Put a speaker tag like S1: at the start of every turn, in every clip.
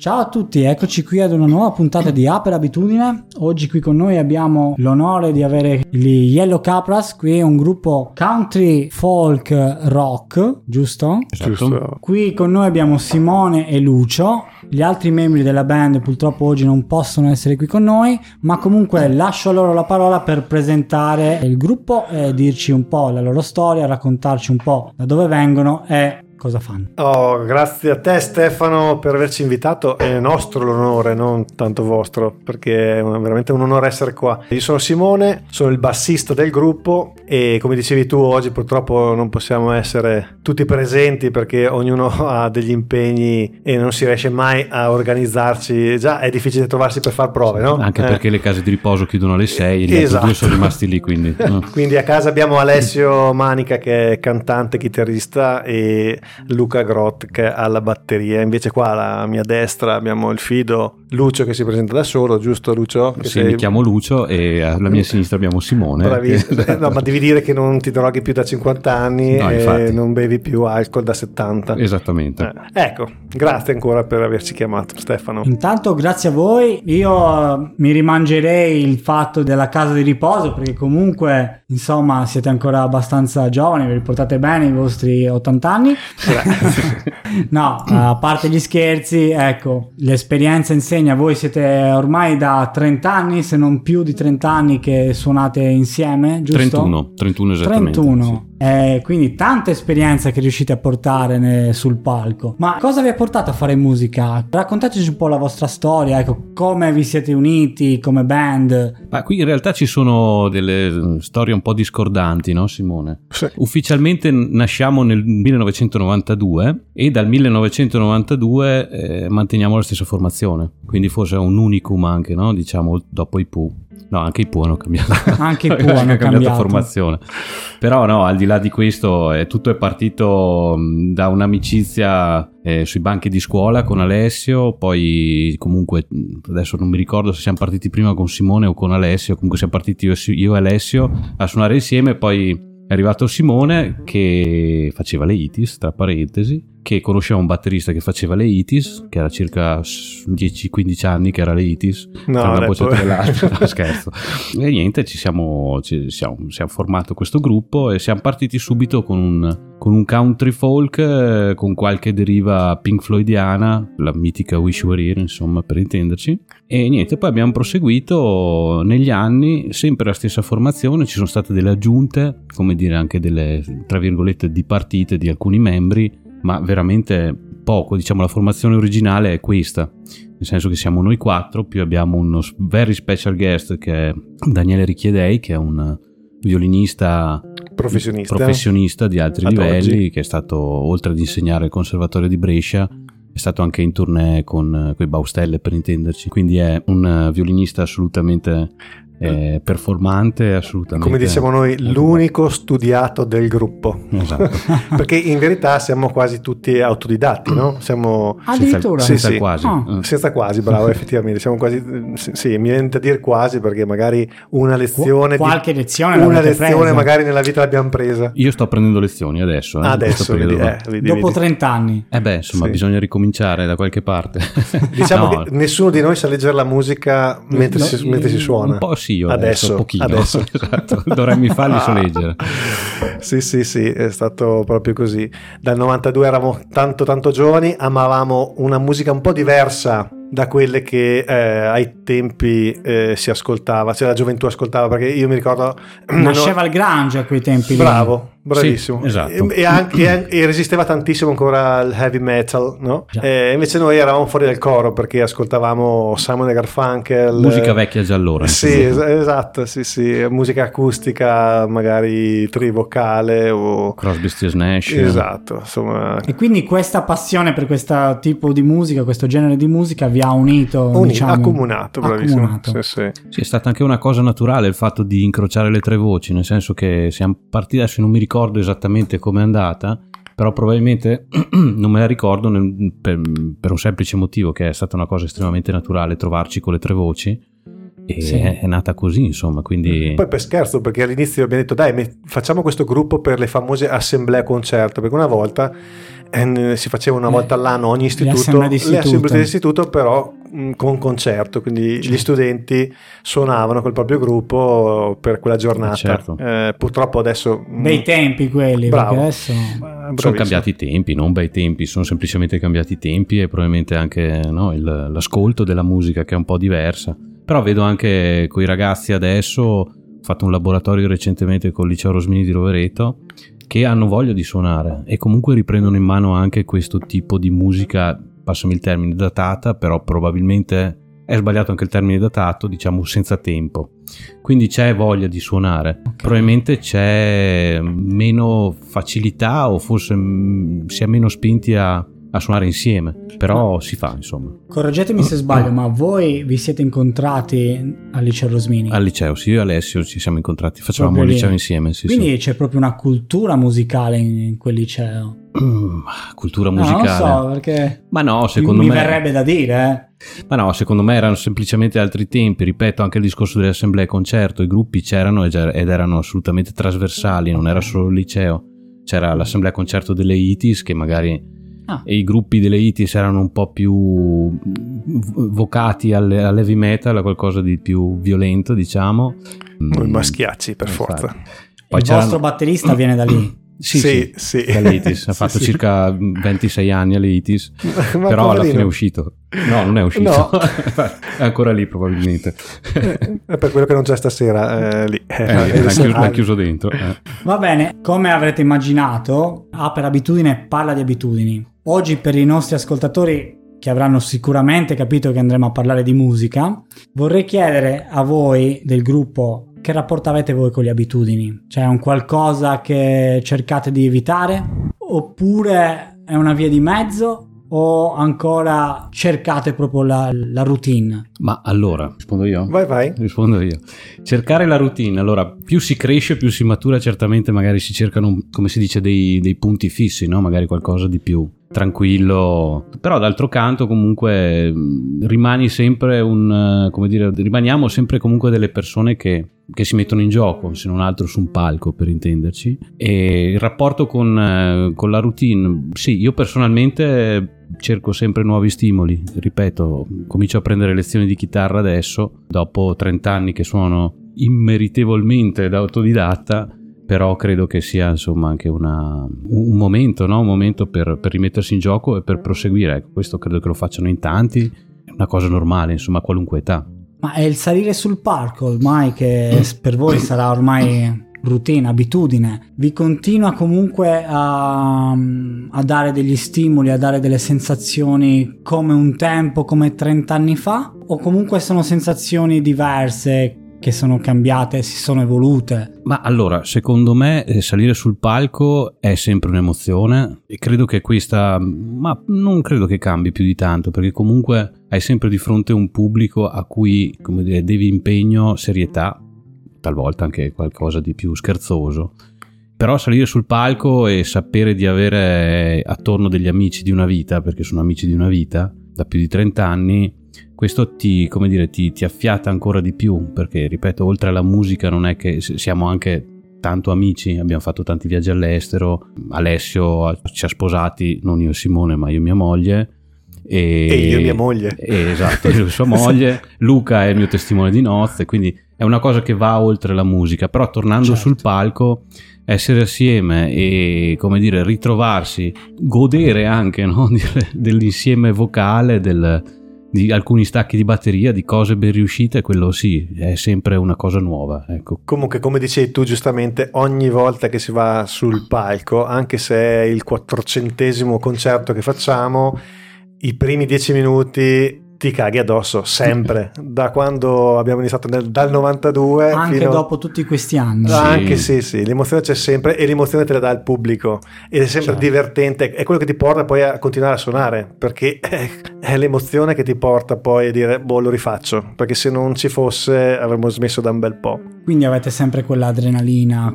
S1: Ciao a tutti, eccoci qui ad una nuova puntata di A per Abitudine. Oggi qui con noi abbiamo l'onore di avere gli Yellow Capras. Qui è un gruppo country folk rock, giusto?
S2: Giusto.
S1: Qui con noi abbiamo Simone e Lucio. Gli altri membri della band purtroppo oggi non possono essere qui con noi, ma comunque lascio loro la parola per presentare il gruppo e dirci un po' la loro storia, raccontarci un po' da dove vengono e cosa fanno.
S2: Oh, grazie a te Stefano per averci invitato, è nostro l'onore, non tanto vostro, perché è veramente un onore essere qua. Io sono Simone, sono il bassista del gruppo e come dicevi tu oggi purtroppo non possiamo essere tutti presenti perché ognuno ha degli impegni e non si riesce mai a organizzarci, già è difficile trovarsi per far prove, no?
S3: Anche perché le case di riposo chiudono alle 6 e gli altri due sono rimasti lì, quindi
S2: Quindi a casa abbiamo Alessio Manica che è cantante, chitarrista, e Luca Grott che ha la batteria. Invece qua alla mia destra abbiamo il fido Lucio che si presenta da solo, giusto Lucio?
S3: Sì, mi chiamo Lucio e alla mia sinistra abbiamo Simone.
S2: Bravissimo. No, ma devi dire che non ti droghi più da 50 anni e non bevi più alcol da 70.
S3: Esattamente.
S2: Ecco, grazie ancora per averci chiamato Stefano.
S1: Intanto grazie a voi, io mi rimangerei il fatto della casa di riposo perché comunque insomma siete ancora abbastanza giovani, vi riportate bene i vostri 80 anni. No, a parte gli scherzi, ecco, l'esperienza insegna, voi siete ormai da 30 anni, se non più di 30 anni che suonate insieme, giusto?
S3: 31 esattamente.
S1: 31.
S3: Sì.
S1: Quindi tanta esperienza che riuscite a portare sul palco. Ma cosa vi ha portato a fare musica? Raccontateci un po' la vostra storia, ecco, come vi siete uniti come band.
S3: Ma qui in realtà ci sono delle storie un po' discordanti, no Simone?
S2: Sì.
S3: Ufficialmente nasciamo nel 1992 e dal 1992 manteniamo la stessa formazione, quindi forse è un unicum anche, no? Diciamo dopo i Pooh. No, anche i Pooh hanno cambiato.
S1: Anche i Pooh hanno cambiato
S3: formazione. Però no, al di là di questo tutto è partito da un'amicizia sui banchi di scuola con Alessio, poi comunque adesso non mi ricordo se siamo partiti prima con Simone o con Alessio, comunque siamo partiti io e Alessio a suonare insieme, poi è arrivato Simone che faceva le ITIS, tra parentesi, che conosceva un batterista che faceva le ITIS, che era circa 10-15 anni che era le ITIS,
S2: no,
S3: una voce dell'altra, scherzo. E niente, ci siamo formato questo gruppo e siamo partiti subito con un country folk con qualche deriva Pink Floydiana, la mitica Wish You Were Here, insomma, per intenderci. E niente, poi abbiamo proseguito negli anni, sempre la stessa formazione, ci sono state delle aggiunte, come dire anche delle, tra virgolette, dipartite di alcuni membri, ma veramente poco, diciamo la formazione originale è questa, nel senso che siamo noi 4, più abbiamo uno very special guest che è Daniele Richiedei, che è un violinista professionista di altri livelli, oggi, che è stato, oltre ad insegnare al Conservatorio di Brescia, è stato anche in tournée con i Baustelle, per intenderci, quindi è un violinista assolutamente performante, assolutamente,
S2: come diciamo noi, l'unico studiato del gruppo.
S3: Esatto.
S2: Perché in verità siamo quasi tutti autodidatti, no? Siamo
S1: addirittura
S2: senza
S3: quasi.
S2: Senza quasi, bravo, effettivamente siamo quasi, sì, mi viene da dire quasi perché magari una lezione
S1: qualche lezione
S2: magari nella vita l'abbiamo presa.
S3: Io sto prendendo lezioni adesso
S2: vedi.
S1: Dopo 30 anni
S3: insomma, sì, bisogna ricominciare da qualche parte.
S2: Diciamo che nessuno di noi sa leggere la musica mentre si suona.
S3: Un po' sì, io
S2: adesso
S3: pochino. Esatto. Dovremmo farli so leggere.
S2: Sì, è stato proprio così. Dal 92 eravamo tanto giovani, amavamo una musica un po' diversa da quelle che ai tempi si ascoltava, cioè la gioventù ascoltava, perché io mi ricordo
S1: nasceva il grunge a quei tempi.
S2: Bravissimo,
S3: sì, esatto.
S2: e resisteva tantissimo ancora il heavy metal, no? Invece noi eravamo fuori dal coro perché ascoltavamo Simon & Garfunkel,
S3: musica vecchia già allora.
S2: Sì, esatto, sì, musica acustica, magari trivocale o
S3: Crosby, Stills, Nash.
S2: Esatto, insomma.
S1: E quindi questa passione per questo tipo di musica, questo genere di musica vi ha unito, diciamo,
S2: accomunato, bravissimo. Sì,
S3: è stata anche una cosa naturale il fatto di incrociare le tre voci, nel senso che siamo partiti, adesso non mi ricordo esattamente come è andata, però probabilmente non me la ricordo per un semplice motivo, che è stata una cosa estremamente naturale trovarci con le tre voci e sì, è nata così, insomma. Quindi
S2: poi per scherzo, perché all'inizio abbiamo detto dai facciamo questo gruppo per le famose assemblee concerto, perché una volta si faceva una volta all'anno ogni istituto,
S1: assemblee
S2: d'istituto, però con concerto, quindi gli studenti suonavano col proprio gruppo per quella giornata.
S3: Certo.
S2: Purtroppo adesso
S1: bei tempi quelli,
S2: bravo,
S1: perché adesso
S3: sono cambiati i tempi, non bei tempi, sono semplicemente cambiati i tempi e probabilmente anche l'ascolto della musica che è un po' diversa. Però vedo anche con i ragazzi adesso, ho fatto un laboratorio recentemente col liceo Rosmini di Rovereto, che hanno voglia di suonare e comunque riprendono in mano anche questo tipo di musica, passami il termine, datata, però probabilmente è sbagliato anche il termine datato, diciamo senza tempo. Quindi c'è voglia di suonare, probabilmente c'è meno facilità o forse si è meno spinti a suonare insieme, però si fa, insomma.
S1: Correggetemi se sbaglio, ma voi vi siete incontrati al liceo Rosmini?
S3: Al liceo, sì, io e Alessio ci siamo incontrati, facevamo il liceo insieme, sì.
S1: Quindi c'è proprio una cultura musicale in quel liceo?
S3: Cultura musicale?
S1: No, non so, perché
S3: ma no, secondo
S1: mi
S3: me
S1: verrebbe da dire,
S3: Ma no, secondo me erano semplicemente altri tempi, ripeto, anche il discorso delle assemblee concerto, i gruppi c'erano ed erano assolutamente trasversali, non era solo il liceo, c'era l'assemblea concerto delle ITIS che magari e i gruppi delle ITIS erano un po' più vocati all'heavy metal, a qualcosa di più violento, diciamo.
S2: Noi maschiacci, per forza.
S3: Poi
S1: il vostro batterista viene da lì?
S2: Sì.
S3: Dall'ITIS, ha fatto circa 26 anni all'ITIS, però alla fine è uscito. No, non è uscito, no. È ancora lì probabilmente.
S2: È per quello che non c'è stasera lì.
S3: L'ha chiuso dentro.
S1: Va bene, come avrete immaginato, per abitudine parla di abitudini. Oggi per i nostri ascoltatori, che avranno sicuramente capito che andremo a parlare di musica, vorrei chiedere a voi del gruppo: che rapporto avete voi con le abitudini? Cioè, è un qualcosa che cercate di evitare? Oppure è una via di mezzo? O ancora cercate proprio la routine?
S3: Ma allora, rispondo io?
S2: Vai.
S3: Rispondo io. Cercare la routine, allora, più si cresce, più si matura, certamente magari si cercano, come si dice, dei punti fissi, no? Magari qualcosa di più tranquillo, però d'altro canto comunque rimaniamo sempre comunque delle persone che si mettono in gioco, se non altro su un palco, per intenderci. E il rapporto con la routine, sì, io personalmente cerco sempre nuovi stimoli, ripeto, comincio a prendere lezioni di chitarra adesso, dopo 30 anni che suono immeritevolmente da autodidatta, però credo che sia insomma anche un momento, no? Un momento per rimettersi in gioco e per proseguire. Ecco, questo credo che lo facciano in tanti, è una cosa normale, insomma, a qualunque età. Ma
S1: è il salire sul palco ormai che per voi sarà ormai routine, abitudine, vi continua comunque a dare degli stimoli, a dare delle sensazioni come un tempo, come 30 anni fa? O comunque sono sensazioni diverse che sono cambiate, si sono evolute?
S3: Ma allora, secondo me salire sul palco è sempre un'emozione e credo che questa, ma non credo che cambi più di tanto, perché comunque hai sempre di fronte un pubblico a cui, come dire, devi impegno, serietà, talvolta anche qualcosa di più scherzoso. Però salire sul palco e sapere di avere attorno degli amici di una vita, perché sono amici di una vita da più di 30 anni, questo ti affiata ancora di più, perché ripeto, oltre alla musica non è che siamo anche tanto amici, abbiamo fatto tanti viaggi all'estero, Alessio ci ha sposati, non io e Simone ma io e mia moglie, e
S2: io e mia moglie,
S3: esatto, io e sua moglie. Luca è il mio testimone di nozze, quindi è una cosa che va oltre la musica. Però tornando sul palco, essere assieme e, come dire, ritrovarsi, godere anche, no, dell'insieme vocale, di alcuni stacchi di batteria, di cose ben riuscite, quello sì, è sempre una cosa nuova, ecco.
S2: Comunque, come dicevi tu giustamente, ogni volta che si va sul palco, anche se è il 400° concerto che facciamo, i primi 10 minuti ti caghi addosso, sempre, da quando abbiamo iniziato dal 92
S1: anche dopo tutti questi anni.
S2: Anche sì, l'emozione c'è sempre e l'emozione te la dà il pubblico ed è sempre divertente, è quello che ti porta poi a continuare a suonare, perché è l'emozione che ti porta poi a dire lo rifaccio, perché se non ci fosse avremmo smesso da un bel po'.
S1: Quindi avete sempre quell'adrenalina,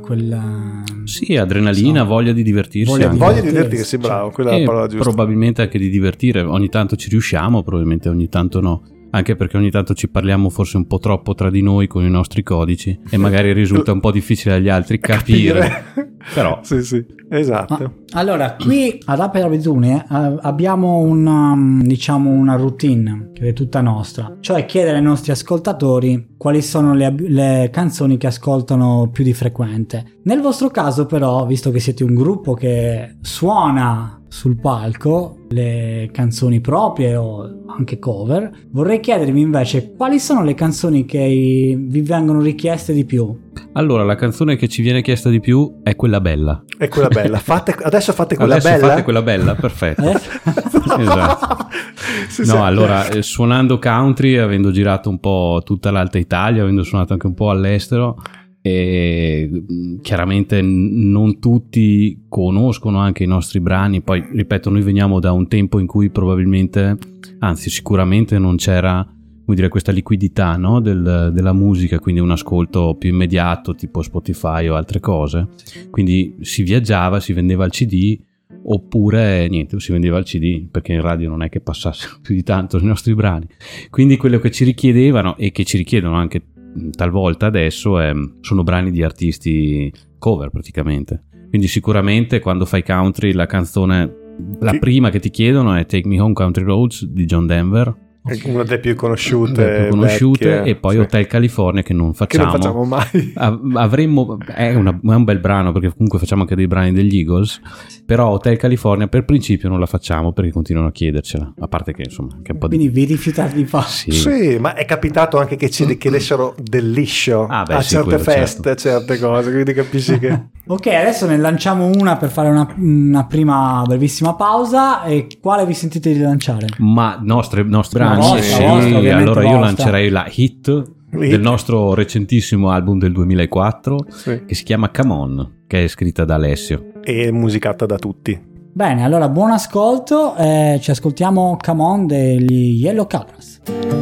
S3: adrenalina, voglia di divertirsi,
S2: voglia di divertirsi, bravo, quella è la parola giusta.
S3: Probabilmente anche di divertire, ogni tanto ci riusciamo, probabilmente ogni tanto no, anche perché ogni tanto ci parliamo forse un po' troppo tra di noi con i nostri codici e magari risulta un po' difficile agli altri capire Però
S2: sì, esatto.
S1: Ma, allora, qui ad Ape Abitudine abbiamo una routine che è tutta nostra, cioè chiedere ai nostri ascoltatori quali sono le canzoni che ascoltano più di frequente. Nel vostro caso però, visto che siete un gruppo che suona sul palco le canzoni proprie o anche cover, vorrei chiedervi invece quali sono le canzoni che vi vengono richieste di più.
S3: Allora, la canzone che ci viene chiesta di più è quella bella.
S2: È quella bella. Adesso fate quella bella.
S3: Fate quella bella, perfetto. Esatto.
S2: Sì.
S3: Allora, suonando country, avendo girato un po' tutta l'Alta Italia, avendo suonato anche un po' all'estero, e chiaramente non tutti conoscono anche i nostri brani. Poi, ripeto, noi veniamo da un tempo in cui probabilmente, anzi sicuramente non c'era, come dire, questa liquidità, no? della musica, quindi un ascolto più immediato tipo Spotify o altre cose, quindi si viaggiava, si vendeva il CD, oppure niente, si vendeva il CD perché in radio non è che passassero più di tanto i nostri brani, quindi quello che ci richiedevano e che ci richiedono anche talvolta adesso sono brani di artisti cover praticamente. Quindi sicuramente quando fai country la canzone, la prima che ti chiedono è Take Me Home Country Roads di John Denver,
S2: una delle più conosciute, vecchie,
S3: e poi Hotel California che non facciamo
S2: mai.
S3: Avremmo, è un bel brano perché comunque facciamo anche dei brani degli Eagles, però Hotel California per principio non la facciamo perché continuano a chiedercela, a parte che insomma che un po'
S1: quindi vi rifiutate di fare.
S2: Sì, ma è capitato anche che ci chiedessero del liscio a
S3: sì,
S2: certe feste, certe cose, quindi capisci che
S1: Ok, adesso ne lanciamo una per fare una prima brevissima pausa. E quale vi sentite di lanciare?
S3: Ma nostri brani.
S1: Vostra,
S3: allora io
S1: vostra.
S3: lancerei la hit del nostro recentissimo album del 2004 che si chiama Come On, che è scritta da Alessio
S2: e musicata da tutti.
S1: Bene, allora buon ascolto, ci ascoltiamo Come On degli Yellow Cabras.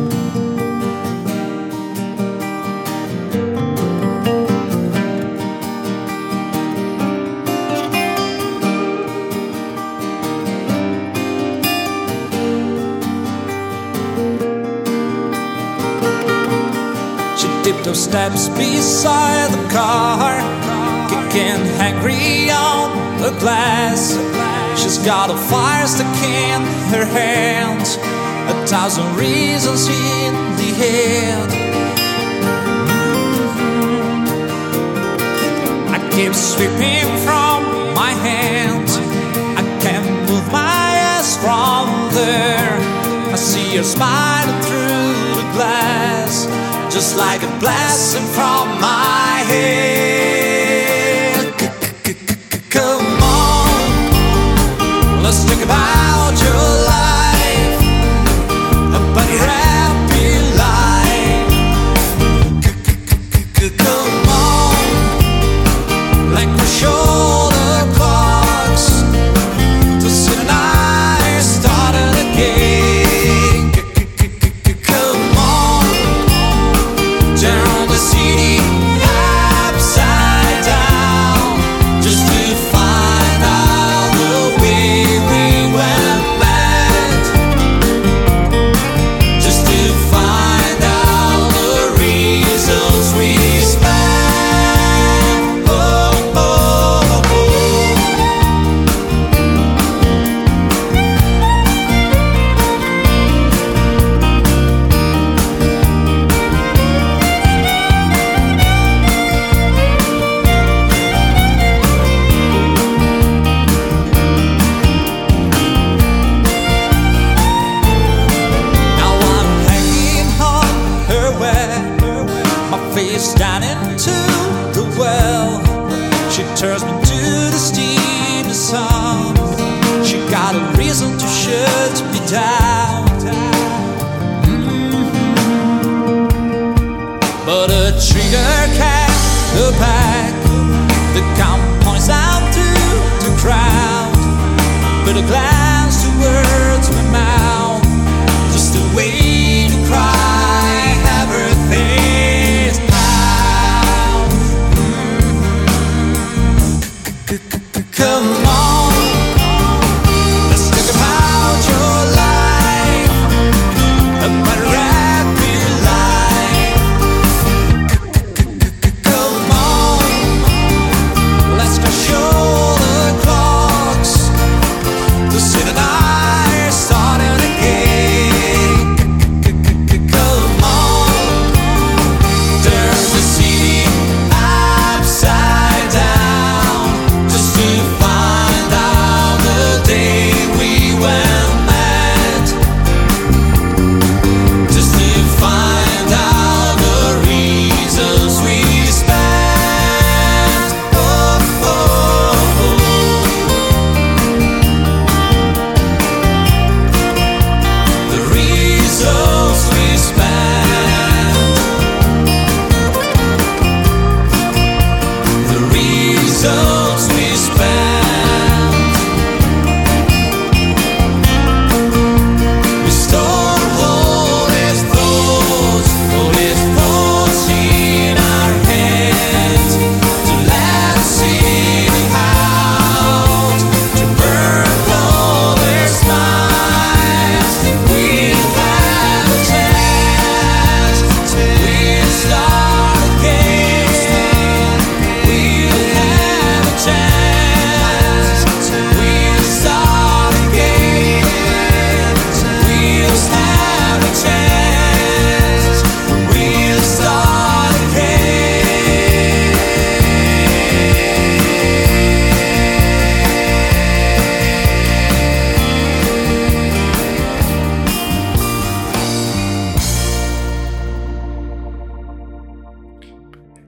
S4: Those steps beside the car, kicking angry on the glass. She's got a fire stick in her hands, 1,000 reasons in the head. I keep sweeping from my hands, I can't move my eyes from there. I see her smiling through the glass, just like a blessing from my head. Come on, let's think about your life, about your happy life. Come on, like we shoulder clocks, to see the night started again. Come on, turn the city upside down, just to find out the way we went back, just to find out the reasons we spent. Oh, oh, oh. Now I'm hanging on her way, my face down into the well. She turns me to the steam, the sun. She got a reason to shut me down. But a trigger can't go back. The count points down to the ground. But a glance towards my mouth, just a way to cry everything's out. Come on, let's talk about your life, about your happy life. Come on, let's go show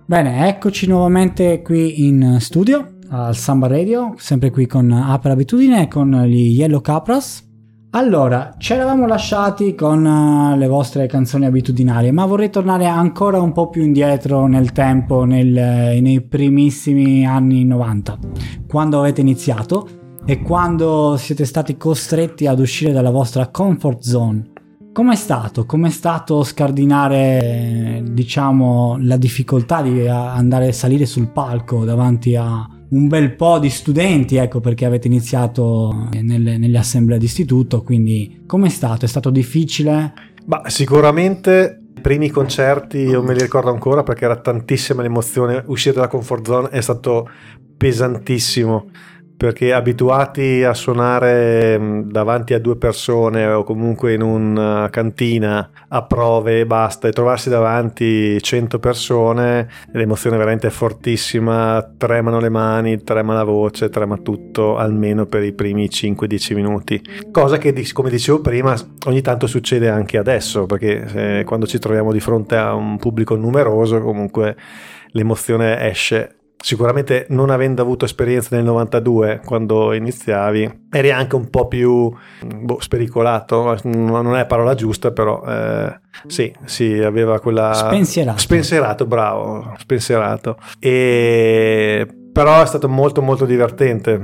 S1: Bene, eccoci nuovamente qui in studio al Samba Radio, sempre qui con A per Abitudine e con gli Yellow Capras. Allora, ci eravamo lasciati con le vostre canzoni abitudinarie, ma vorrei tornare ancora un po' più indietro nel tempo, nei primissimi anni 90, quando avete iniziato e quando siete stati costretti ad uscire dalla vostra comfort zone. Com'è stato scardinare, diciamo, la difficoltà di andare a salire sul palco davanti a un bel po' di studenti, ecco, perché avete iniziato nelle assemblee d'istituto, quindi com'è stato? È stato difficile?
S2: Sicuramente i primi concerti io me li ricordo ancora perché era tantissima l'emozione, uscire dalla comfort zone è stato pesantissimo, perché abituati a suonare davanti a 2 persone o comunque in una cantina a prove e basta, e trovarsi davanti 100 persone, l'emozione veramente è fortissima, tremano le mani, trema la voce, trema tutto, almeno per i primi 5-10 minuti, cosa che, come dicevo prima, ogni tanto succede anche adesso, perché quando ci troviamo di fronte a un pubblico numeroso comunque l'emozione esce. Sicuramente, non avendo avuto esperienza nel 92 quando iniziavi, eri anche un po' più spericolato, non è parola giusta, però sì, aveva quella spensierato, bravo, spensierato. E però è stato molto molto divertente,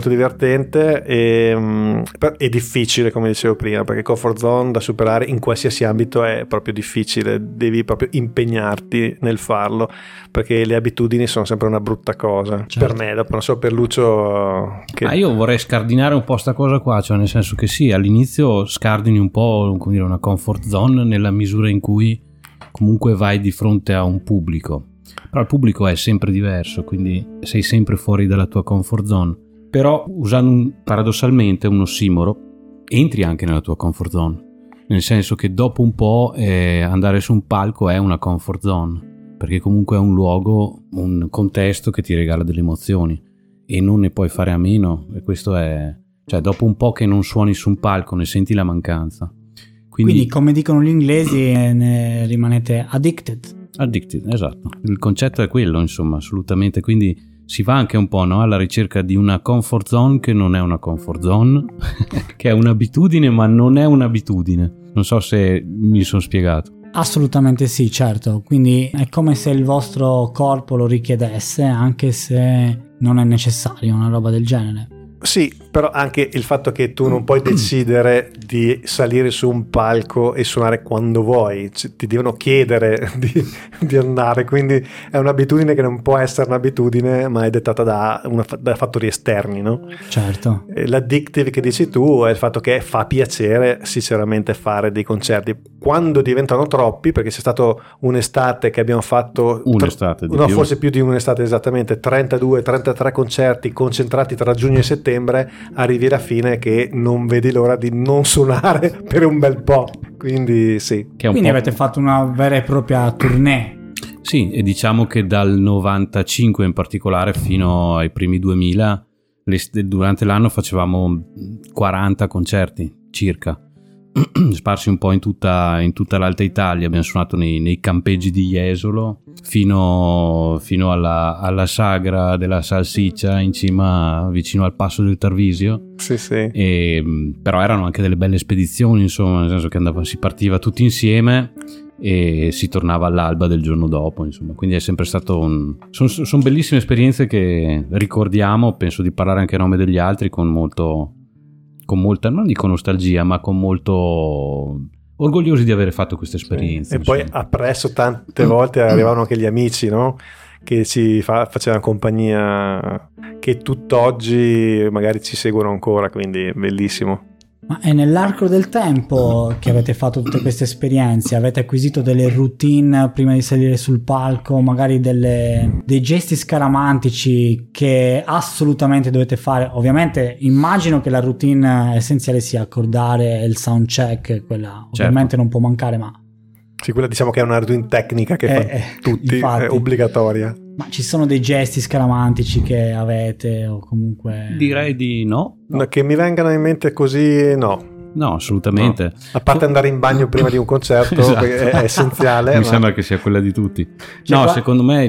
S2: e difficile, come dicevo prima, perché comfort zone da superare in qualsiasi ambito è proprio difficile, devi proprio impegnarti nel farlo, perché le abitudini sono sempre una brutta cosa. Certo. Per me, dopo non so per Lucio
S3: io vorrei scardinare un po' sta cosa qua, cioè nel senso che sì, all'inizio scardini un po', come dire, una comfort zone nella misura in cui comunque vai di fronte a un pubblico. Però il pubblico è sempre diverso, quindi sei sempre fuori dalla tua comfort zone. Però, usando paradossalmente un ossimoro, entri anche nella tua comfort zone, nel senso che dopo un po' andare su un palco è una comfort zone, perché comunque è un luogo, un contesto che ti regala delle emozioni e non ne puoi fare a meno, e questo è, cioè, dopo un po' che non suoni su un palco ne senti la mancanza.
S1: Quindi come dicono gli inglesi, ne rimanete addicted,
S3: esatto, il concetto è quello, insomma, assolutamente. Quindi si va anche un po', no, alla ricerca di una comfort zone che non è una comfort zone che è un'abitudine ma non è un'abitudine. Non so se mi sono spiegato.
S1: Assolutamente sì, certo. Quindi è come se il vostro corpo lo richiedesse, anche se non è necessario una roba del genere.
S2: Sì, però anche il fatto che tu non puoi decidere di salire su un palco e suonare quando vuoi, ti devono chiedere di andare, quindi è un'abitudine che non può essere un'abitudine, ma è dettata da fattori esterni, no?
S1: Certo.
S2: L'addictive che dici tu è il fatto che fa piacere sinceramente fare dei concerti. Quando diventano troppi, perché c'è stato un'estate che abbiamo fatto forse più di un'estate esattamente, 32-33 concerti concentrati tra giugno e settembre, arrivi alla fine che non vedi l'ora di non suonare per un bel po', quindi sì.
S1: Quindi avete fatto una vera e propria tournée.
S3: Sì, e diciamo che dal 95 in particolare fino ai primi 2000 durante l'anno facevamo 40 concerti circa, sparsi un po' in tutta l'Alta Italia. Abbiamo suonato nei campeggi di Jesolo fino alla sagra della salsiccia in cima vicino al passo del Tarvisio.
S2: Sì.
S3: Però erano anche delle belle spedizioni, insomma, nel senso che si partiva tutti insieme e si tornava all'alba del giorno dopo, insomma. Quindi è sempre stato sono bellissime esperienze che ricordiamo. Penso di parlare anche a nome degli altri con molta, non dico nostalgia, ma con molto orgogliosi di aver fatto queste esperienze.
S2: E poi appresso tante volte arrivavano anche gli amici, no? Che ci facevano compagnia, che tutt'oggi magari ci seguono ancora, quindi è bellissimo.
S1: Ma è nell'arco del tempo che avete fatto tutte queste esperienze? Avete acquisito delle routine prima di salire sul palco, magari dei gesti scaramantici che assolutamente dovete fare? Ovviamente immagino che la routine essenziale sia accordare il sound check, quella ovviamente non può mancare, ma...
S2: Sì, quella diciamo che è una routine tecnica che fa tutti, infatti, è obbligatoria.
S1: Ma ci sono dei gesti scaramantici che avete o comunque...
S3: Direi di no.
S2: Che mi vengano in mente così, no.
S3: No, assolutamente.
S2: No. A parte andare in bagno prima di un concerto,
S3: Esatto.
S2: è essenziale.
S3: Mi sembra che sia quella di tutti.
S1: Cioè,
S3: Secondo me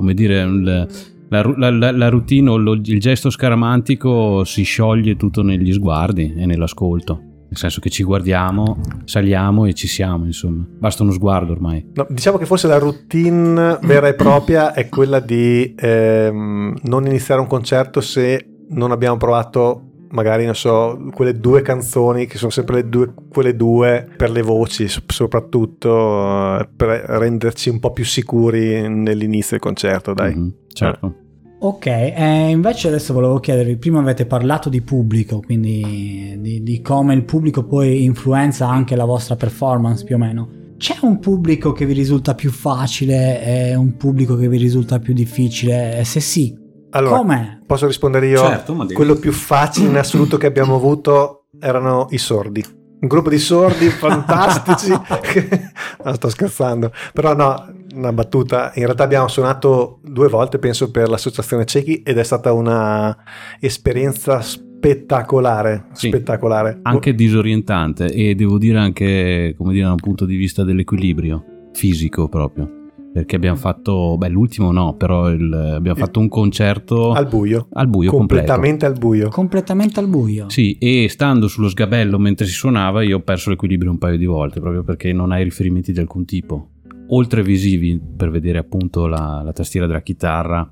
S3: la routine o il gesto scaramantico si scioglie tutto negli sguardi e nell'ascolto. Nel senso che ci guardiamo, saliamo e ci siamo, insomma. Basta uno sguardo ormai.
S2: No, diciamo che forse la routine vera e propria è quella di non iniziare un concerto se non abbiamo provato magari, non so, quelle 2 canzoni che sono sempre quelle due per le voci, soprattutto per renderci un po' più sicuri nell'inizio del concerto, dai.
S3: Mm-hmm, certo.
S1: Ok, invece adesso volevo chiedervi, prima avete parlato di pubblico, quindi di come il pubblico poi influenza anche la vostra performance più o meno. C'è un pubblico che vi risulta più facile e un pubblico che vi risulta più difficile? Se sì,
S2: allora,
S1: com'è?
S2: Posso rispondere io?
S3: Certo, ma
S2: quello più facile in assoluto che abbiamo avuto erano i sordi. Un gruppo di sordi fantastici. No, sto scherzando, però no, una battuta. In realtà abbiamo suonato 2 volte, penso, per l'associazione Ciechi ed è stata una esperienza spettacolare,
S3: sì,
S2: spettacolare.
S3: Anche disorientante e devo dire anche, come dire, da un punto di vista dell'equilibrio fisico proprio. Perché abbiamo fatto, l'ultimo no, però abbiamo fatto un concerto
S2: al buio
S3: completamente
S2: completo.
S1: Completamente al buio.
S3: Sì, e stando sullo sgabello mentre si suonava io ho perso l'equilibrio un paio di volte, proprio perché non hai riferimenti di alcun tipo, oltre visivi per vedere appunto la tastiera della chitarra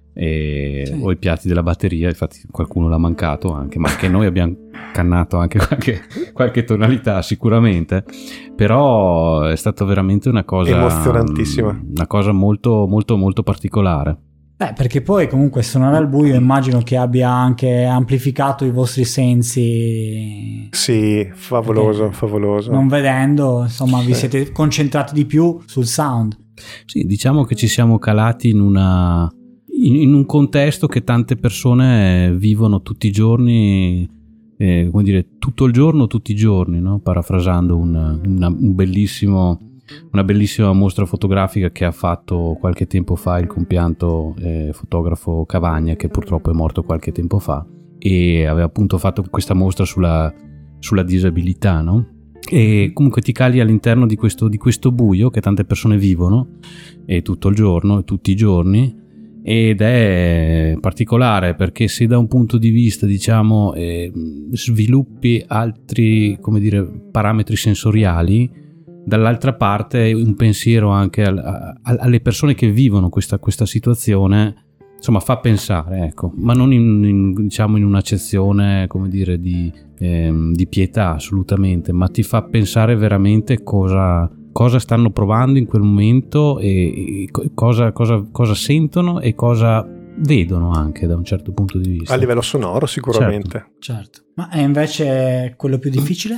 S3: o i piatti della batteria. Infatti qualcuno l'ha mancato anche, ma che noi abbiamo cannato anche qualche tonalità sicuramente, però è stata veramente una cosa
S2: emozionantissima,
S3: una cosa molto molto molto particolare.
S1: Perché poi comunque suonare al buio immagino che abbia anche amplificato i vostri sensi.
S2: Sì, favoloso.
S1: Non vedendo, insomma, vi siete concentrati di più sul sound.
S3: Sì, diciamo che ci siamo calati in un contesto che tante persone vivono tutti i giorni, come dire, tutto il giorno, tutti i giorni, no? Parafrasando una bellissima mostra fotografica che ha fatto qualche tempo fa il compianto fotografo Cavagna, che purtroppo è morto qualche tempo fa, e aveva appunto fatto questa mostra sulla disabilità, no? E comunque ti cali all'interno di questo buio che tante persone vivono tutto il giorno e tutti i giorni. Ed è particolare perché se da un punto di vista, diciamo, sviluppi altri, come dire, parametri sensoriali, dall'altra parte un pensiero anche alle persone che vivono questa situazione, insomma, fa pensare, ecco, ma non diciamo in un'accezione, come dire, di pietà, assolutamente, ma ti fa pensare veramente cosa stanno provando in quel momento e cosa sentono e cosa vedono anche da un certo punto di vista.
S2: A livello sonoro sicuramente.
S1: Certo. Ma è invece quello più difficile?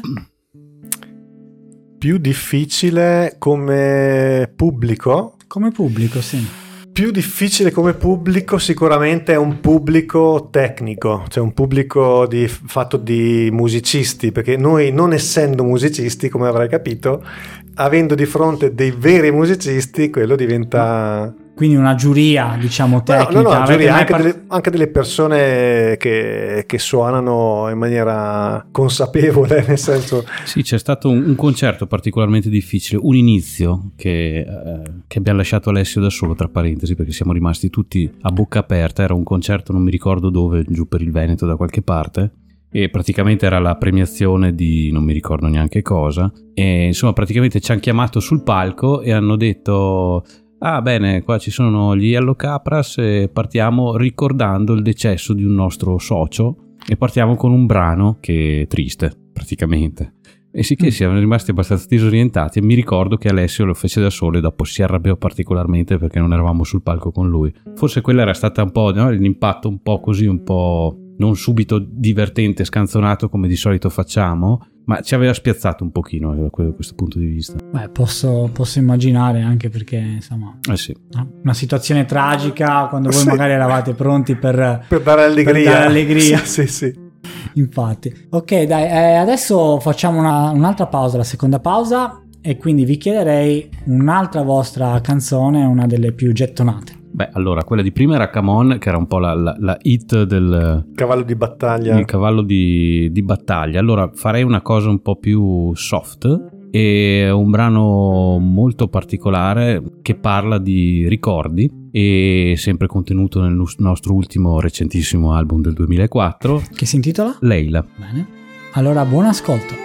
S2: Più difficile come pubblico?
S1: Come pubblico, sì.
S2: Più difficile come pubblico sicuramente è un pubblico tecnico, cioè un pubblico fatto di musicisti, perché noi, non essendo musicisti, come avrai capito, avendo di fronte dei veri musicisti, quello diventa...
S1: Quindi una giuria, diciamo, tecnica.
S2: No, giuria, anche delle persone che suonano in maniera consapevole, nel senso...
S3: Sì, c'è stato un concerto particolarmente difficile, un inizio che abbiamo lasciato Alessio da solo, tra parentesi, perché siamo rimasti tutti a bocca aperta. Era un concerto, non mi ricordo dove, giù per il Veneto da qualche parte, e praticamente era la premiazione di non mi ricordo neanche cosa, e insomma praticamente ci hanno chiamato sul palco e hanno detto: ah bene, qua ci sono gli Yellow Capras e partiamo ricordando il decesso di un nostro socio e partiamo con un brano che è triste praticamente. E sì che siamo rimasti abbastanza disorientati, e mi ricordo che Alessio lo fece da solo e dopo si arrabbiò particolarmente perché non eravamo sul palco con lui. Forse quella era stata un po', no? L'impatto un po' così, un po' non subito divertente, scanzonato come di solito facciamo, ma ci aveva spiazzato un pochino da questo punto di vista.
S1: Beh, posso immaginare, anche perché insomma
S3: sì,
S1: una situazione tragica quando voi magari eravate pronti per
S2: dare allegria. Sì.
S1: Infatti. Ok, dai, adesso facciamo un'altra pausa, la seconda pausa, e quindi vi chiederei un'altra vostra canzone, una delle più gettonate.
S3: Beh, allora, quella di prima era Come On, che era un po' la hit del
S2: Cavallo di battaglia.
S3: il cavallo di battaglia. Allora farei una cosa un po' più soft, e un brano molto particolare che parla di ricordi, e sempre contenuto nel nostro ultimo recentissimo album del 2004,
S1: Che si intitola?
S3: Leila.
S1: Bene. Allora, buon ascolto.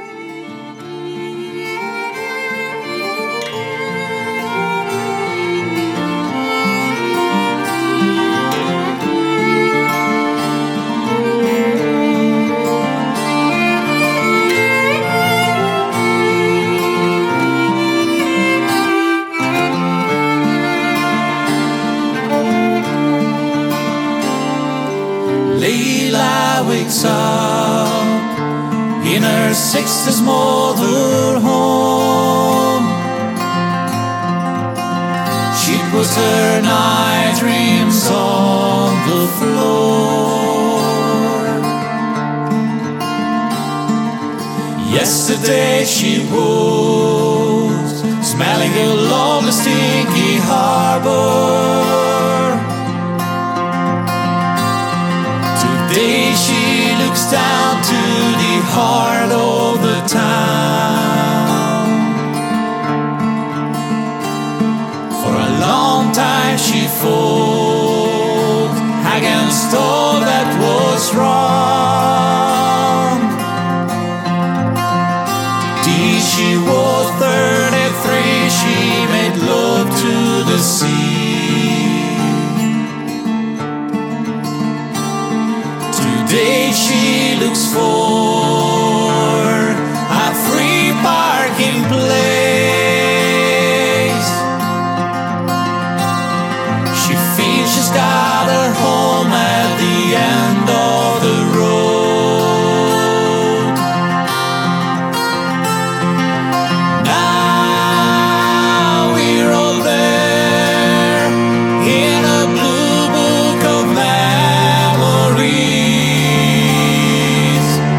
S4: Leila wakes up in her 60s mother home. She puts her night dreams on the floor. Yesterday she was smelling a lonely stinky harbor. Today she looks down to the heart of the town. For a long time she fought against all that was wrong. Till she was 33, she made love to the sea. Today she looks for a free parking place. She feels she's got her home at the end of the road. Now we're all there in a blue book of memories.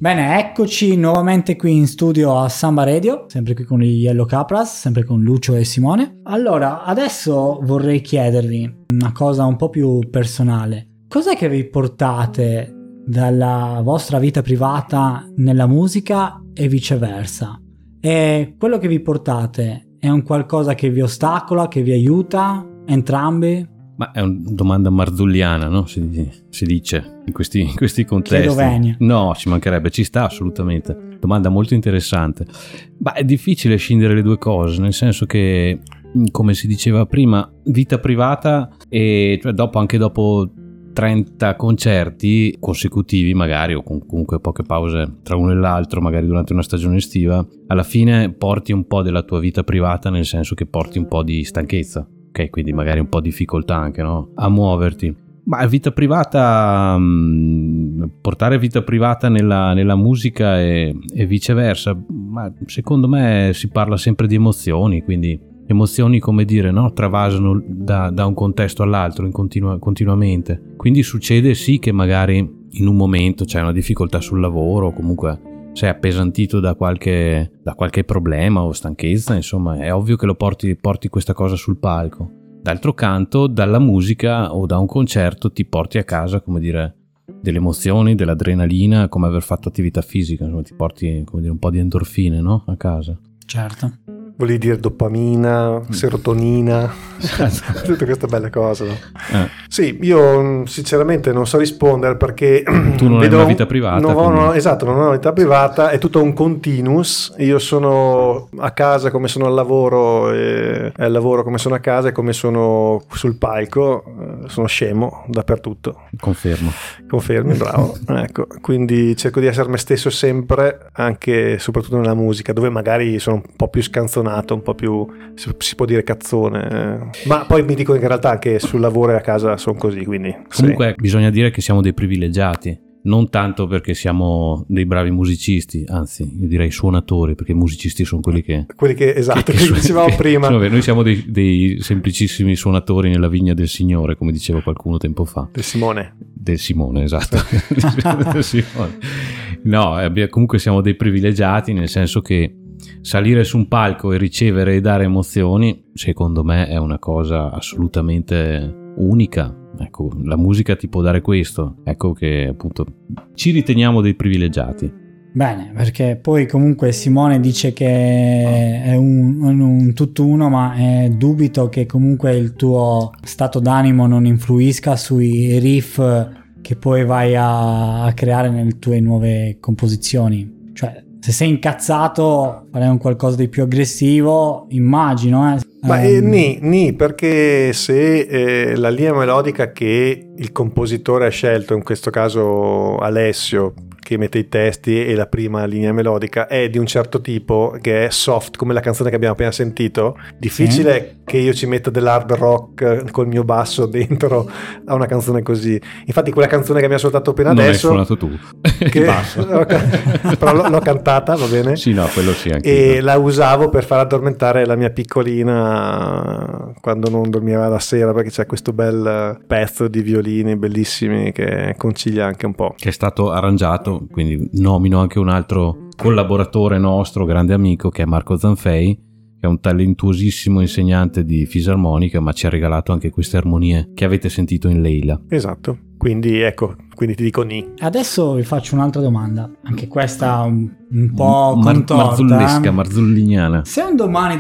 S1: Bene, eccoci nuovamente qui in studio a Samba Radio, sempre qui con gli Yellow Capras, sempre con Lucio e Simone. Allora, adesso vorrei chiedervi una cosa un po' più personale. Cos'è che vi portate dalla vostra vita privata nella musica e viceversa? E quello che vi portate è un qualcosa che vi ostacola, che vi aiuta, entrambi?
S3: Ma è una domanda marzulliana, no? Si dice in questi contesti.
S1: Chiedo venia.
S3: No, ci mancherebbe, ci sta assolutamente. Domanda molto interessante. Ma è difficile scindere le due cose, nel senso che, come si diceva prima, vita privata e cioè anche dopo 30 concerti consecutivi magari, o comunque poche pause tra uno e l'altro, magari durante una stagione estiva, alla fine porti un po' della tua vita privata, nel senso che porti un po' di stanchezza. Ok, quindi magari un po' di difficoltà anche, no? A muoverti. Ma vita privata, portare vita privata nella musica e viceversa, ma secondo me si parla sempre di emozioni, quindi emozioni, come dire, no? Travasano da un contesto all'altro continuamente. Quindi succede sì che magari in un momento c'è una difficoltà sul lavoro, o comunque sei appesantito da qualche problema o stanchezza, insomma è ovvio che lo porti questa cosa sul palco. D'altro canto, dalla musica o da un concerto ti porti a casa, come dire, delle emozioni, dell'adrenalina, come aver fatto attività fisica, insomma ti porti, come dire, un po' di endorfine, no? A casa.
S1: Certo.
S2: Volevi dire dopamina, serotonina, tutte queste belle cose, no? Sì, io sinceramente non so rispondere perché
S3: tu non hai una vita privata.
S2: Esatto, non ho una vita privata, è tutto un continuous. Io sono a casa come sono al lavoro, e al lavoro come sono a casa e come sono sul palco, sono scemo dappertutto. Confermi, bravo. Ecco, quindi cerco di essere me stesso sempre, anche soprattutto nella musica, dove magari sono un po' più scanzonato, un po' più, si può dire, cazzone, ma poi mi dico che in realtà anche sul lavoro e a casa sono così, quindi
S3: comunque
S2: sì.
S3: Bisogna dire che siamo dei privilegiati, non tanto perché siamo dei bravi musicisti, anzi io direi suonatori, perché i musicisti sono quelli che
S2: esatto, che dicevamo prima.
S3: Noi siamo dei semplicissimi suonatori nella vigna del Signore, come diceva qualcuno tempo fa. Del Simone, esatto. Del Simone. No, comunque siamo dei privilegiati, nel senso che salire su un palco e ricevere e dare emozioni, secondo me è una cosa assolutamente unica. Ecco, la musica ti può dare questo. Ecco che appunto ci riteniamo dei privilegiati.
S1: Bene, perché poi comunque Simone dice che è un tutt'uno, ma dubito che comunque il tuo stato d'animo non influisca sui riff che poi vai a creare nelle tue nuove composizioni. Cioè, se sei incazzato farei un qualcosa di più aggressivo, immagino.
S2: Ma perché se la linea melodica che il compositore ha scelto, in questo caso Alessio, che mette i testi e la prima linea melodica, è di un certo tipo, che è soft, come la canzone che abbiamo appena sentito, difficile che io ci metta dell'hard rock col mio basso dentro a una canzone così. Infatti quella canzone che mi ha ascoltato appena
S3: non
S2: adesso,
S3: non hai suonato tu
S2: che,
S3: il basso.
S2: però l'ho cantata, va bene?
S3: Sì, no, quello sì, anche
S2: e
S3: io.
S2: La usavo per far addormentare la mia piccolina quando non dormiva la sera, perché c'è questo bel pezzo di violini bellissimi che concilia anche un po',
S3: che è stato arrangiato, quindi nomino anche un altro collaboratore nostro, grande amico, che è Marco Zanfei, che è un talentuosissimo insegnante di fisarmonica, ma ci ha regalato anche queste armonie che avete sentito in Leila.
S2: Esatto, quindi ecco, quindi ti dico ni.
S1: Adesso vi faccio un'altra domanda, anche questa un po' contorta,
S3: marzullesca, marzulliniana.
S1: Se un domani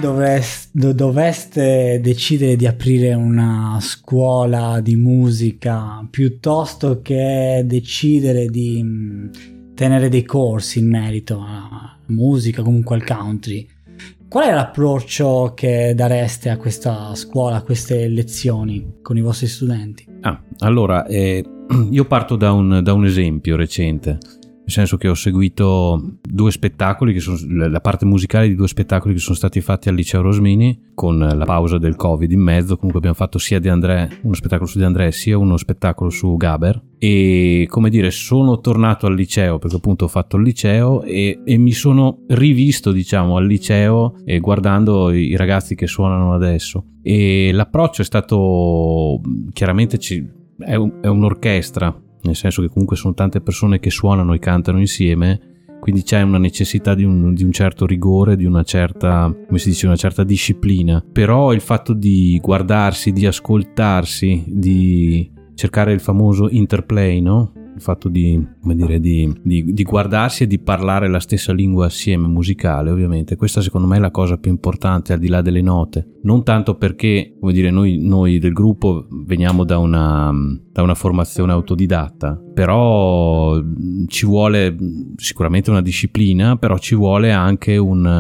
S1: doveste decidere di aprire una scuola di musica, piuttosto che decidere di tenere dei corsi in merito alla musica, comunque al country, qual è l'approccio che dareste a questa scuola, a queste lezioni con i vostri studenti?
S3: Allora, io parto da un esempio recente, nel senso che ho seguito due spettacoli, che sono la parte musicale di due spettacoli che sono stati fatti al liceo Rosmini, con la pausa del Covid in mezzo. Comunque abbiamo fatto sia De André, uno spettacolo su De André, sia uno spettacolo su Gaber, e come dire, sono tornato al liceo perché appunto ho fatto il liceo e mi sono rivisto, diciamo, al liceo, e guardando i ragazzi che suonano adesso, e l'approccio è stato chiaramente è un'orchestra, nel senso che comunque sono tante persone che suonano e cantano insieme, quindi c'è una necessità di un certo rigore, di una certa, come si dice, una certa disciplina. Però il fatto di guardarsi, di ascoltarsi, di cercare il famoso interplay, no? Il fatto di guardarsi e di parlare la stessa lingua assieme, musicale ovviamente, questa secondo me è la cosa più importante al di là delle note, non tanto perché, come dire, noi del gruppo veniamo da una formazione autodidatta, però ci vuole sicuramente una disciplina, però ci vuole anche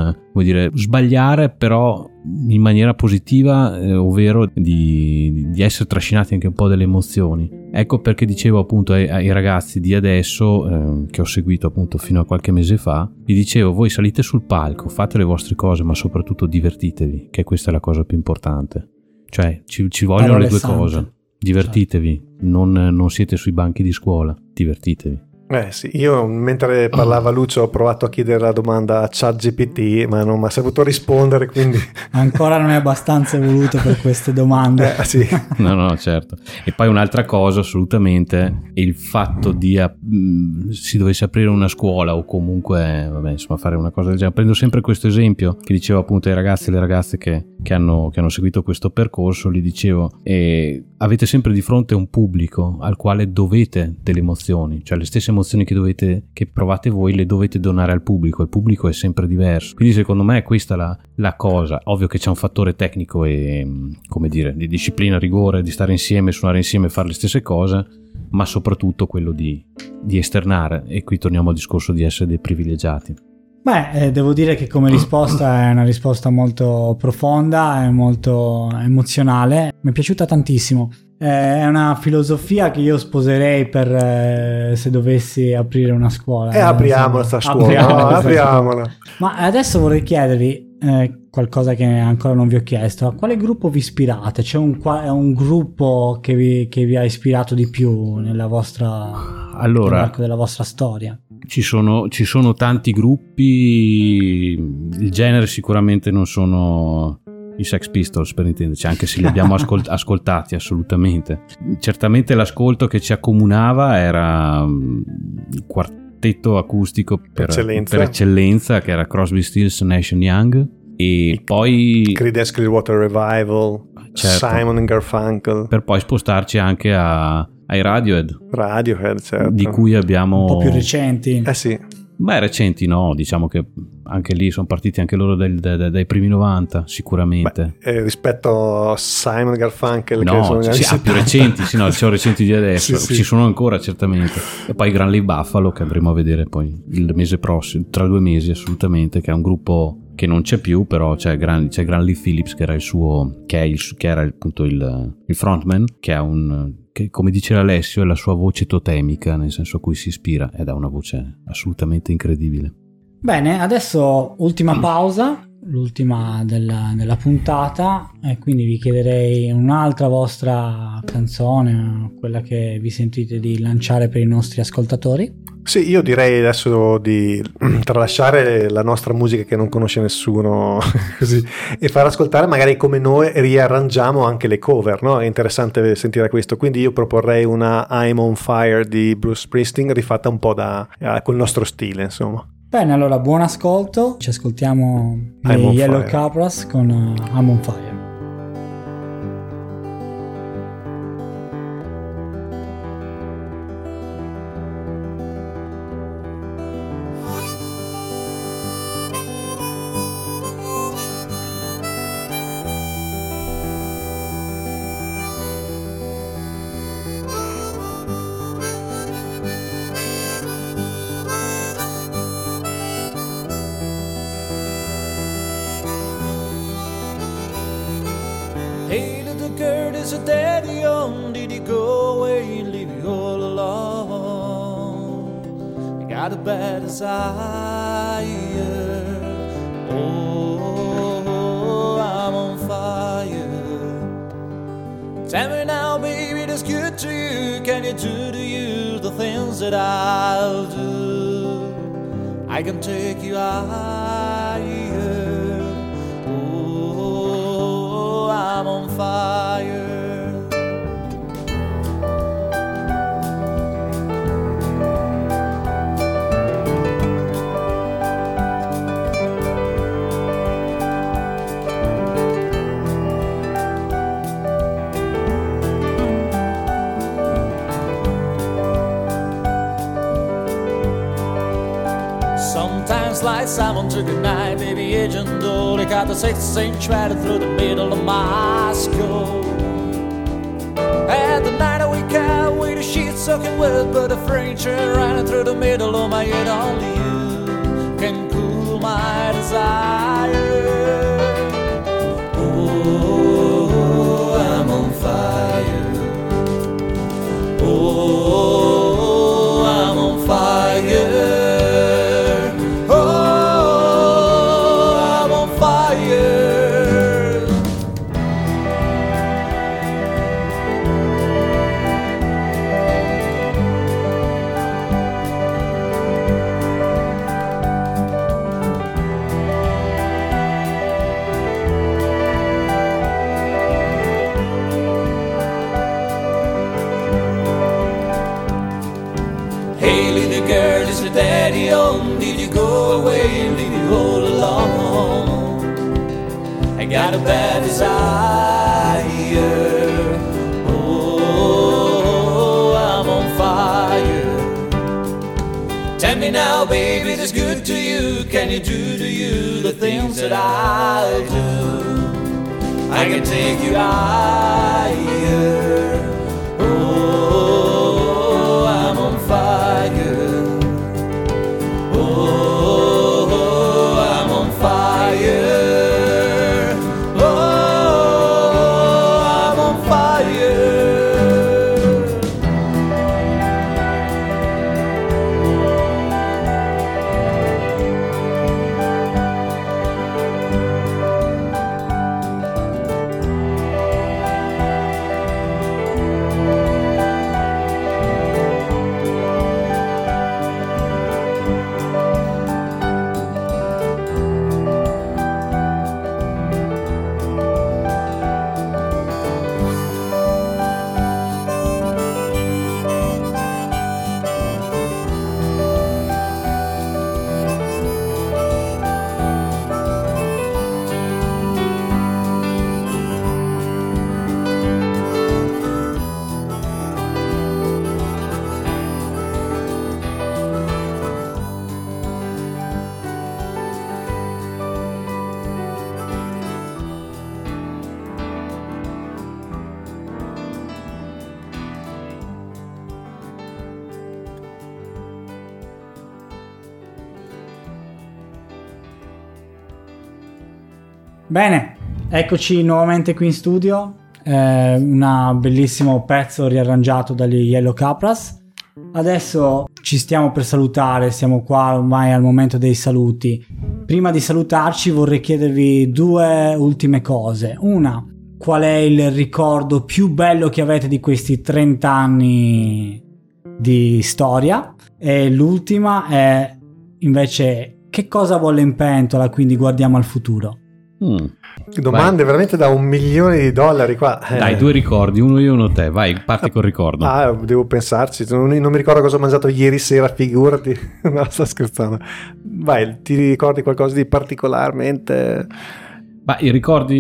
S3: sbagliare però in maniera positiva, ovvero di essere trascinati anche un po' dalle emozioni. Ecco perché dicevo appunto ai ragazzi di adesso, che ho seguito appunto fino a qualche mese fa, gli dicevo: voi salite sul palco, fate le vostre cose, ma soprattutto divertitevi, che questa è la cosa più importante. Cioè ci vogliono le due cose. Divertitevi, non siete sui banchi di scuola, divertitevi.
S2: Sì, io mentre parlava Lucio ho provato a chiedere la domanda a ChatGPT, ma non mi ha saputo rispondere, quindi
S1: ancora non è abbastanza evoluto per queste domande.
S2: Sì.
S3: No, certo. E poi un'altra cosa assolutamente è il fatto di si dovesse aprire una scuola o comunque fare una cosa del genere. Prendo sempre questo esempio che dicevo appunto ai ragazzi e alle ragazze che hanno seguito questo percorso, gli dicevo: avete sempre di fronte un pubblico al quale dovete delle emozioni, cioè le stesse emozioni che provate voi le dovete donare al pubblico. Il pubblico è sempre diverso, quindi secondo me è questa la cosa. Ovvio che c'è un fattore tecnico e di disciplina, rigore, di stare insieme, suonare insieme, fare le stesse cose, ma soprattutto quello di esternare, e qui torniamo al discorso di essere dei privilegiati.
S1: Devo dire che come risposta è una risposta molto profonda e molto emozionale, mi è piaciuta tantissimo. È una filosofia che io sposerei per se dovessi aprire una scuola.
S2: Apriamola sta scuola, apriamola.
S1: Ma adesso vorrei chiedervi qualcosa che ancora non vi ho chiesto: a quale gruppo vi ispirate? C'è un gruppo che vi ha ispirato di più nell'arco della vostra storia?
S3: Ci sono tanti gruppi, il genere sicuramente non sono i Sex Pistols, per intenderci, anche se li abbiamo ascoltati assolutamente. Certamente l'ascolto che ci accomunava era il quartetto acustico per eccellenza, che era Crosby, Stills, Nash & Young, e poi
S2: Creedence Clearwater Revival, certo, Simon & Garfunkel,
S3: per poi spostarci anche ai Radiohead, certo, di cui abbiamo
S1: un po' più recenti.
S2: Sì.
S3: Beh, recenti no, diciamo che anche lì sono partiti anche loro dai primi 90 sicuramente.
S2: Rispetto a Simon Garfunkel,
S3: no,
S2: che sono
S3: più recenti, sì, no, sono recenti di adesso,
S2: sì.
S3: Ci sono ancora certamente. E poi Gran Lee Buffalo, che andremo a vedere poi il mese prossimo, tra 2 mesi assolutamente, che è un gruppo che non c'è più, però c'è Gran Lee Phillips, che era che era appunto il frontman, che come diceva Alessio è la sua voce totemica, nel senso a cui si ispira, ed ha una voce assolutamente incredibile.
S1: Bene, adesso ultima pausa, l'ultima della puntata, e quindi vi chiederei un'altra vostra canzone, quella che vi sentite di lanciare per i nostri ascoltatori.
S2: Sì, io direi adesso di tralasciare la nostra musica che non conosce nessuno così, e far ascoltare magari come noi riarrangiamo anche le cover, no? È interessante sentire questo, quindi io proporrei una I'm on Fire di Bruce Springsteen rifatta un po' col nostro stile, insomma.
S1: Bene, allora buon ascolto, ci ascoltiamo i Yellow Capras con I'm on Fire.
S4: Hey, little girl, is your daddy home? Did he go away and leave you all alone? You got a bad desire. Oh, I'm on fire. Tell me now, baby, that's good to you. Can you do to you the things that I'll do? I can take you higher. I'm on fire. just like someone took a knife. Baby Agent Dolly got the 6-inch right through the middle of my skull. And the night I wake up with the sheets soaking wet, but the furniture running through the middle of my head. Only you can cool my desire. Oh, I'm on fire. Oh, I'm on fire. Daddy home, did you go away and leave you all alone? I got a bad desire. Oh, I'm on fire. Tell me now, baby, that's good to you. Can you do to you the things that I do? I can take you higher. Oh, I'm on fire. Oh, I'm on fire. Oh, I'm on fire.
S1: Bene, eccoci nuovamente qui in studio, un bellissimo pezzo riarrangiato dagli Yellow Capras. Adesso ci stiamo per salutare, siamo qua ormai al momento dei saluti. Prima di salutarci vorrei chiedervi due ultime cose. Una, qual è il ricordo più bello che avete di questi 30 anni di storia? E l'ultima è invece, che cosa vuole in pentola, quindi guardiamo al futuro?
S2: Domande vai. Veramente da $1 milione qua.
S3: Dai, due ricordi, uno io e uno te. Vai, parti col ricordo.
S2: Devo pensarci. Non mi ricordo cosa ho mangiato ieri sera, figurati. No, sto scherzando. Vai, ti ricordi qualcosa di particolarmente?
S3: Beh, i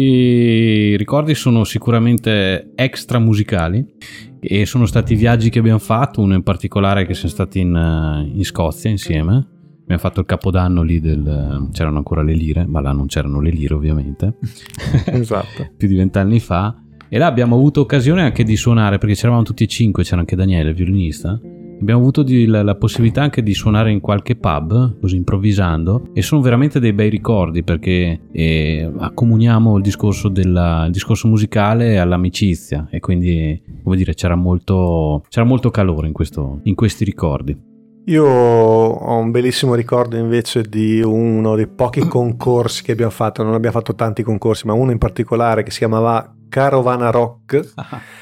S3: ricordi sono sicuramente extra musicali e sono stati viaggi che abbiamo fatto, uno in particolare che siamo stati in Scozia insieme. Abbiamo fatto il capodanno lì c'erano ancora le lire, ma là non c'erano le lire ovviamente.
S2: Esatto.
S3: Più di 20 anni fa. E là abbiamo avuto occasione anche di suonare, perché c'eravamo tutti e 5, c'era anche Daniele, il violinista. Abbiamo avuto la possibilità anche di suonare in qualche pub, così improvvisando, e sono veramente dei bei ricordi, perché accomuniamo il discorso musicale all'amicizia, e quindi, come dire, c'era molto calore in questi ricordi.
S2: Io ho un bellissimo ricordo invece di uno dei pochi concorsi che abbiamo fatto. Non abbiamo fatto tanti concorsi, ma uno in particolare che si chiamava Carovana Rock,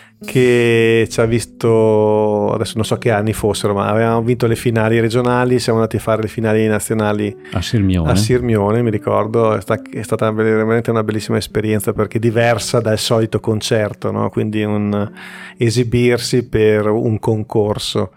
S2: che ci ha visto, adesso non so che anni fossero, ma avevamo vinto le finali regionali, siamo andati a fare le finali nazionali a Sirmione, mi ricordo. È stata veramente una bellissima esperienza, perché diversa dal solito concerto, no? Quindi esibirsi per un concorso.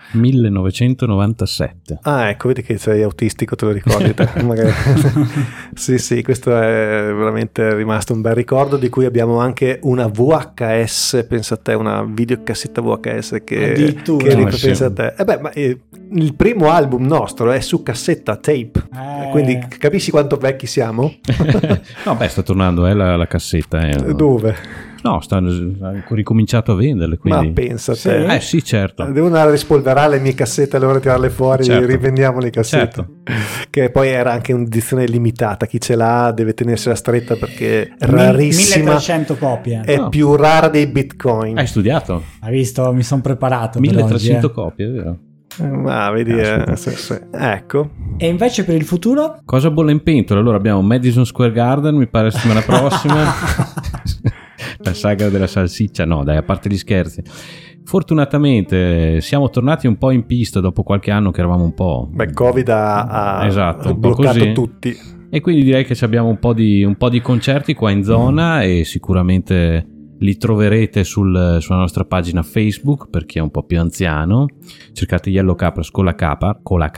S3: 1997.
S2: Ecco, vedi che sei autistico, te lo ricordi te? Magari. Sì, questo è veramente rimasto un bel ricordo, di cui abbiamo anche una VHS, pensa a te, una una videocassetta VHS che
S1: Addirittura.
S2: pensa a te. Ma il primo album nostro è su cassetta tape, quindi capisci quanto vecchi siamo?
S3: No, sta tornando la cassetta.
S2: Dove?
S3: No, hanno ricominciato a venderle, quindi...
S2: Ma pensa a te.
S3: Sì, certo.
S2: Devo andare a rispolverare le mie cassette, allora tirarle fuori,
S3: certo.
S2: E rivendiamo le cassette.
S3: Certo.
S2: Che poi era anche un'edizione limitata, chi ce l'ha deve tenersela stretta perché è rarissima.
S1: 1300 copie.
S2: È più rara dei bitcoin.
S3: Hai studiato?
S1: Hai visto? Mi sono preparato.
S3: 1300 copie, è vero?
S2: Ma vedi, sì. Ecco.
S1: E invece per il futuro?
S3: Cosa bolle in pentola? Allora abbiamo Madison Square Garden, mi pare settimana prossima. La saga della salsiccia, no dai, a parte gli scherzi. Fortunatamente siamo tornati un po' in pista dopo qualche anno che eravamo un po'...
S2: Covid ha
S3: esatto, un
S2: bloccato
S3: po' così.
S2: tutti.
S3: E quindi direi che abbiamo un po' di concerti qua in zona e sicuramente li troverete sulla nostra pagina Facebook per chi è un po' più anziano. Cercate Yellow Capras con la K,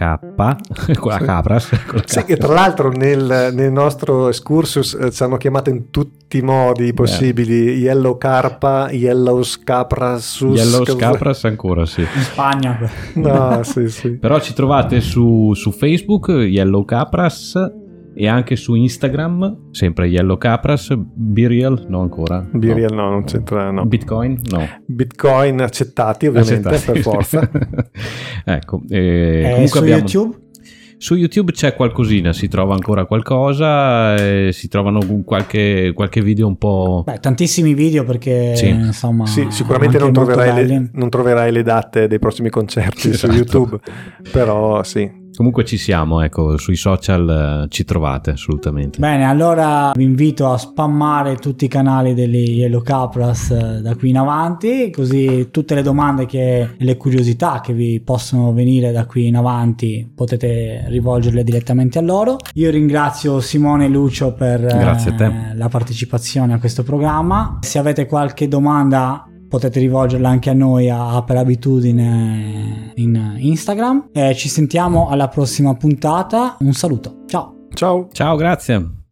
S2: Sì, che tra l'altro nel nostro excursus ci hanno chiamato in tutti i modi possibili. Yellow Carpa, Yellow Capras,
S3: ancora sì.
S1: In Spagna.
S2: No, sì.
S3: Però ci trovate su Facebook Yellow Capras e anche su Instagram, sempre Yellow Capras. Birial no ancora.
S2: Birial no, non c'entra, no.
S3: Bitcoin no.
S2: Bitcoin accettati ovviamente, per forza.
S3: Ecco.
S1: Comunque su YouTube?
S3: Su YouTube c'è qualcosina, si trova ancora qualcosa, si trovano qualche video un po'...
S1: tantissimi video perché insomma...
S2: Sì, sicuramente non troverai le date dei prossimi concerti su YouTube, però sì.
S3: Comunque ci siamo, ecco, sui social ci trovate assolutamente.
S1: Bene, allora vi invito a spammare tutti i canali degli Yellow Capras da qui in avanti, così tutte le domande e le curiosità che vi possono venire da qui in avanti potete rivolgerle direttamente a loro. Io ringrazio Simone e Lucio per
S3: Grazie a te.
S1: La partecipazione a questo programma. Se avete qualche domanda potete rivolgerla anche a noi per abitudine in Instagram. Ci sentiamo alla prossima puntata. Un saluto. Ciao.
S2: Ciao,
S3: grazie.